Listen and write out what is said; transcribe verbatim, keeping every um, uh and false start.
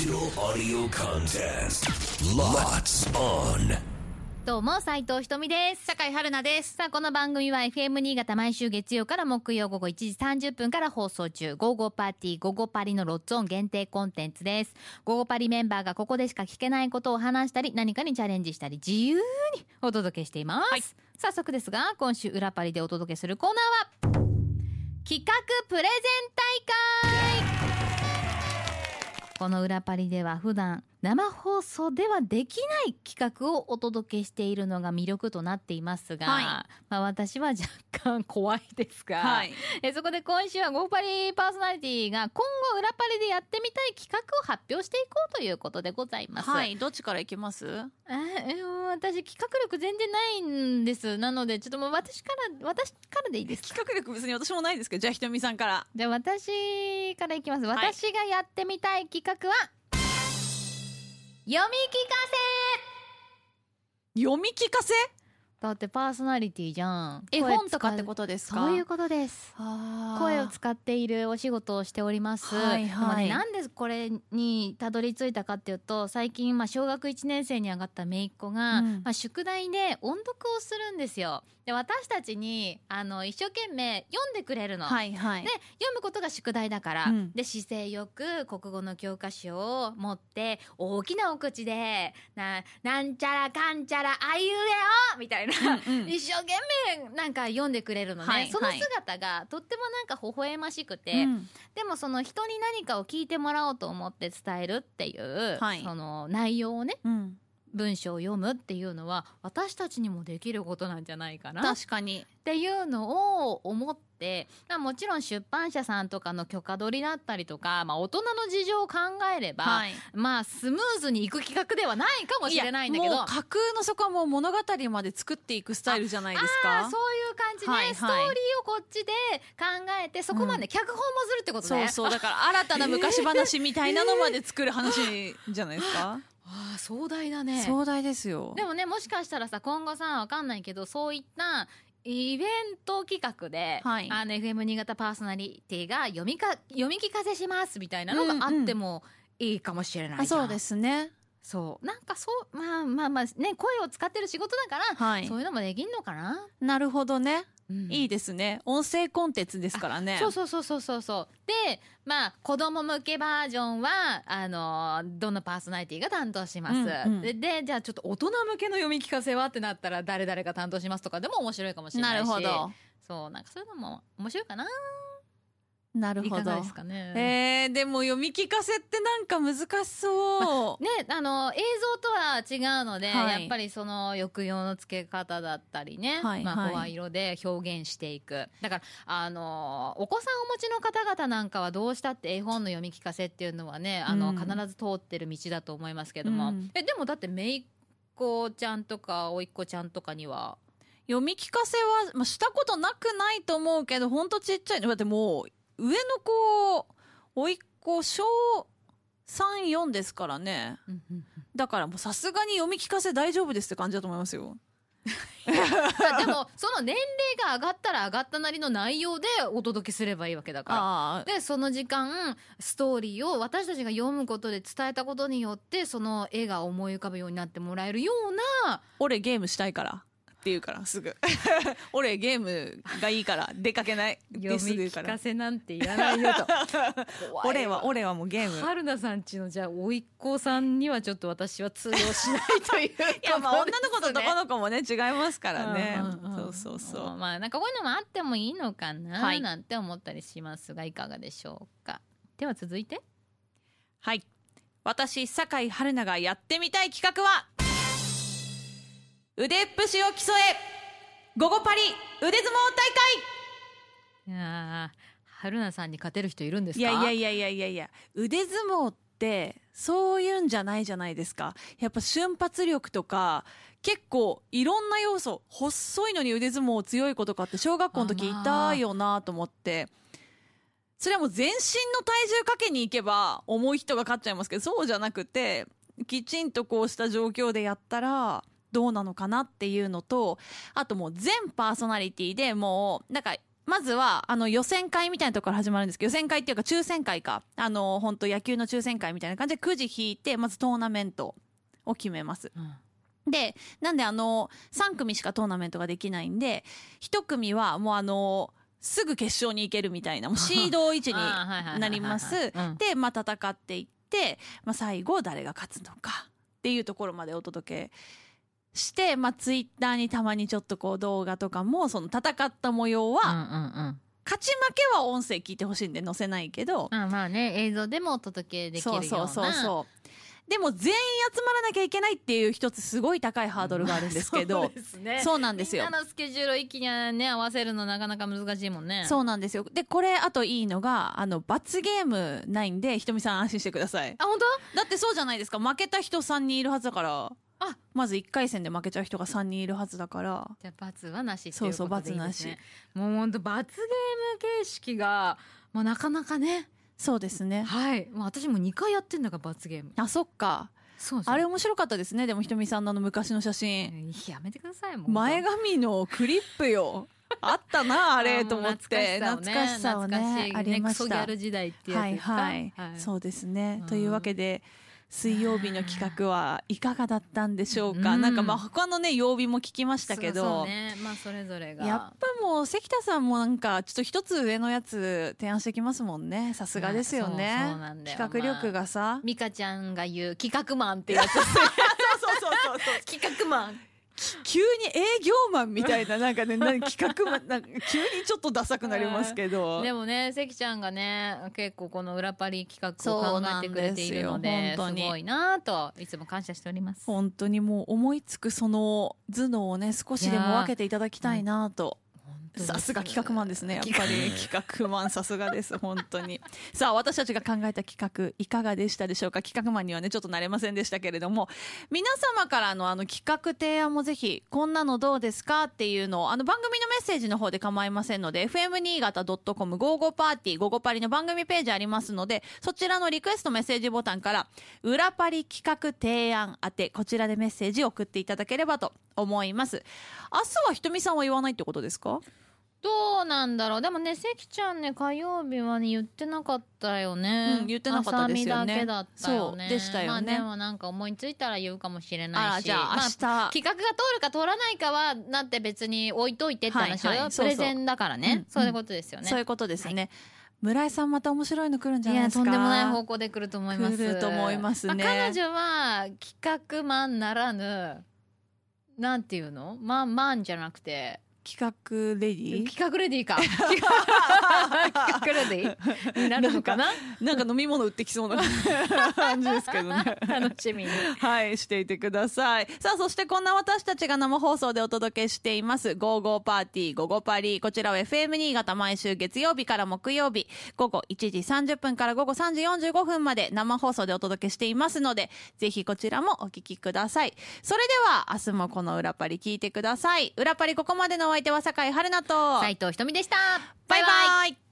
Digital audio contest. Lots on. どうも斉藤ひとみです。 酒井春菜です。 さあこの番組は エフエム 新潟毎週月曜から木曜午後いちじさんじゅっぷんから放送中、ゴーゴーパーティーゴーゴーパリのロッツオン限定コンテンツです。ゴーゴーパリメンバーがここでしか聞けないことを話したり、何かにチャレンジしたり、自由にお届けしています、はい、早速ですが今週裏パリでお届けするコーナーは企画プレゼン大会。この裏パリでは普段生放送ではできない企画をお届けしているのが魅力となっていますが、はい、まあ、私は若干怖いですが、はい、えそこで今週はゴーパリパーソナリティが今後裏パリでやってみたい企画を発表していこうということでございます。 はい、どっちからいきます？ ええ私企画力全然ないんです。なのでちょっともう私から私からでいいですか？ 企画力別に私もないですけど、じゃあひとみさんから。 じゃあ私からいきます。私がやってみたい企画は、はい、読み聞かせ。読み聞かせ？ だってパーソナリティじゃん。 絵本とかってことですか？ そういうことです。声を使っているお仕事をしております、はいはい、でもね、なんでこれにたどり着いたかっていうと、最近まあ小学いちねん生に上がった姪っ子が、うん、まあ、宿題で音読をするんですよ。で私たちにあの一生懸命読んでくれるの、はいはい、で読むことが宿題だから、うん、で姿勢よく国語の教科書を持って大きなお口で な, なんちゃらかんちゃらあいうえおみたいな、うんうん、一生懸命なんか読んでくれるのね、はいはい、その姿がとってもなんか微笑ましくて、うん、でもその人に何かを聞いてもらおうと思って伝えるっていう、はい、その内容をね、うん、文章を読むっていうのは私たちにもできることなんじゃないかな、 確かにっていうのを思って、もちろん出版社さんとかの許可取りだったりとか、まあ、大人の事情を考えれば、はい、まあスムーズにいく企画ではないかもしれないんだけど、 もう架空の底はもう物語まで作っていくスタイルじゃないですか。 ああ、そういう感じね、はいはい、ストーリーをこっちで考えてそこまで脚本もするってことね、 うん、そうそう、だから新たな昔話みたいなのまで作る話じゃないですか。 ああ、壮大だね。 壮大ですよ。 でもね、もしかしたらさ、今後さ、わかんないけど、そういったイベント企画で、はい、あの エフエム 新潟パーソナリティが読みか読み聞かせしますみたいなのがあってもいいかもしれないじゃん、うんうん、 そうですね。 そうなんかそうまあまあまあね、声を使ってる仕事だから、はい、そういうのもできんのかな。 なるほどね、うん、いいですね。音声コンテンツですからね。 そうそうそうそうそうそう。でまあ子供向けバージョンはあのどのパーソナリティが担当します、うんうん、で, でじゃあちょっと大人向けの読み聞かせはってなったら誰々が担当しますとかでも面白いかもしれないし。 なるほど。 そうなんかそういうのも面白いかな。 なるほど。 いかがですかね。 えー、でも読み聞かせってなんか難しそう、 ま、ね、あの映像とは違うので、はい、やっぱりその抑揚のつけ方だったりね、はい、まあ、声色で表現していく。だからあのお子さんをお持ちの方々なんかはどうしたって絵本の読み聞かせっていうのはね、あの、うん、必ず通ってる道だと思いますけども、うん、えでもだって姪っ子ちゃんとか甥っ子ちゃんとかには読み聞かせは、まあ、したことなくないと思うけど、ほんとちっちゃい。だってもう上の子甥っ子小さん、よんですからね。だからもうさすがに読み聞かせ大丈夫ですって感じだと思いますよ。 でもその年齢が上がったら上がったなりの内容でお届けすればいいわけだから。でその時間ストーリーを私たちが読むことで伝えたことによって、その絵が思い浮かぶようになってもらえるような。 俺ゲームしたいからって言うからすぐ俺ゲームがいいから出かけない読み聞かせなんていらないよと俺は俺はもうゲーム。 春菜さんちのじゃあ甥っ子さんにはちょっと私は通用しないということです、ね、いやまあ女の子と男の子もね違いますからね、うんうんうん、そうそうそう、 まあなんかこういうのもあってもいいのかな、はい、なんて思ったりしますがいかがでしょうか。では続いて、 はい、私酒井春菜がやってみたい企画は腕っぷしを競え午後パリ腕相撲大会。いや春菜さんに勝てる人いるんですか？ いやいやいやいやいやいや、腕相撲ってそういうんじゃないじゃないですか。やっぱ瞬発力とか結構いろんな要素、細いのに腕相撲強い子とかって小学校の時いたよなと思って、それはもう全身の体重かけに行けば重い人が勝っちゃいますけど、そうじゃなくてきちんとこうした状況でやったらどうなのかなっていうのと、あともう全パーソナリティでもうなんかまずはあの予選会みたいなところから始まるんですけど、予選会っていうか抽選会か、あの本当野球の抽選会みたいな感じでくじ引いて、まずトーナメントを決めます、うん、でなんであのさん組しかトーナメントができないんで、いち組はもうあのすぐ決勝に行けるみたいな、もうシードいちになります。で、まあ、戦っていって、まあ、最後誰が勝つのかっていうところまでお届けして、まあ、ツイッターにたまにちょっとこう動画とかもその戦った模様は、うんうんうん、勝ち負けは音声聞いてほしいんで載せないけど、 あまあね、映像でもお届けできるような。 そうそうそうそうでも全員集まらなきゃいけないっていう一つすごい高いハードルがあるんですけど、 そうですね、 そうなんですよ。 みんなのスケジュールを一気にね合わせるのなかなか難しいもんね。 そうなんですよ。でこれあといいのがあの罰ゲームないんで、ひとみさん安心してください。 あ本当？ だってそうじゃないですか、負けた人さんにんいるはずだから。あまずいっかい戦で負けちゃう人がさんにんいるはずだから、 じゃあ罰はなしっていうことでいいですね。 そうそう罰なし。 もうほんと罰ゲーム形式が、まあ、なかなかね。 そうですね。 はい、まあ、私もにかいやってんだから罰ゲーム。 あそっか。 そうそうあれ面白かったですね。でもひとみさんのあの昔の写真、 やめてくださいもう。 前髪のクリップよあったなあれと思って、懐かしさを ね, ねありました。クソギャル時代ってやつですか。はい、はいはい、そうですね、うん、というわけで水曜日の企画はいかがだったんでしょうか、うん、なんかまあ他のね曜日も聞きましたけど、 そうそう、ね、まあそれぞれがやっぱもう関田さんもなんかちょっと一つ上のやつ提案してきますもんね。さすがですよね。そうそうなんだよ、企画力がさ、まあ、 美香ちゃんが言う企画マンっていうやつそうそうそうそう企画マン急に営業マンみたいな、なんかねなんか企画マンなんか急にちょっとダサくなりますけどでもね関ちゃんがね結構この裏パリ企画を考えてくれているので、すごいなといつも感謝しております。 本当にもう思いつくその頭脳をね少しでも分けていただきたいなと。さすが企画マンですね。やっぱり企画マンさすがです本当に。さあ私たちが考えた企画いかがでしたでしょうか。企画マンにはねちょっとなれませんでしたけれども、皆様からのあの企画提案もぜひこんなのどうですかっていうのをあの番組のメッセージの方で構いませんので エフエム 新潟 .com ゴーゴーパーティーゴーゴーパリの番組ページありますので、そちらのリクエストメッセージボタンから裏パリ企画提案宛てこちらでメッセージを送っていただければと思います。明日はひとみさんは言わないってことですか。 どうなんだろう。でもね関ちゃんね火曜日はね言ってなかったよね、 うん、言ってなかったですよね。 朝見だけだったよね。 そうでしたよね。 まあでもなんか思いついたら言うかもしれないし、 あじゃあ明日、まあ、 企画が通るか通らないかはなって別に置いといてって話を、はいはい、プレゼンだからね、うん、そういうことですよね、 そういうことですね、はい、村井さんまた面白いの来るんじゃないですか。 いやとんでもない方向で来ると思います。 来ると思いますね、 まあ、彼女は企画マンならぬなんていうのマンマンじゃなくて企画レディー企画レディーか企画レディーになるのかななんか飲み物売ってきそうな感じですけどね楽しみにはいしていてください。さあそしてこんな私たちが生放送でお届けしていますゴーゴーパーティーゴーゴーパリ、こちらは エフエム 新潟毎週月曜日から木曜日午後いちじさんじゅっぷんから午後さんじよんじゅうごふんまで生放送でお届けしていますので、ぜひこちらもお聞きください。それでは明日もこの裏パリ聞いてください。裏パリここまでのお相手は酒井春菜と斉藤ひとみでした。 バイバイ。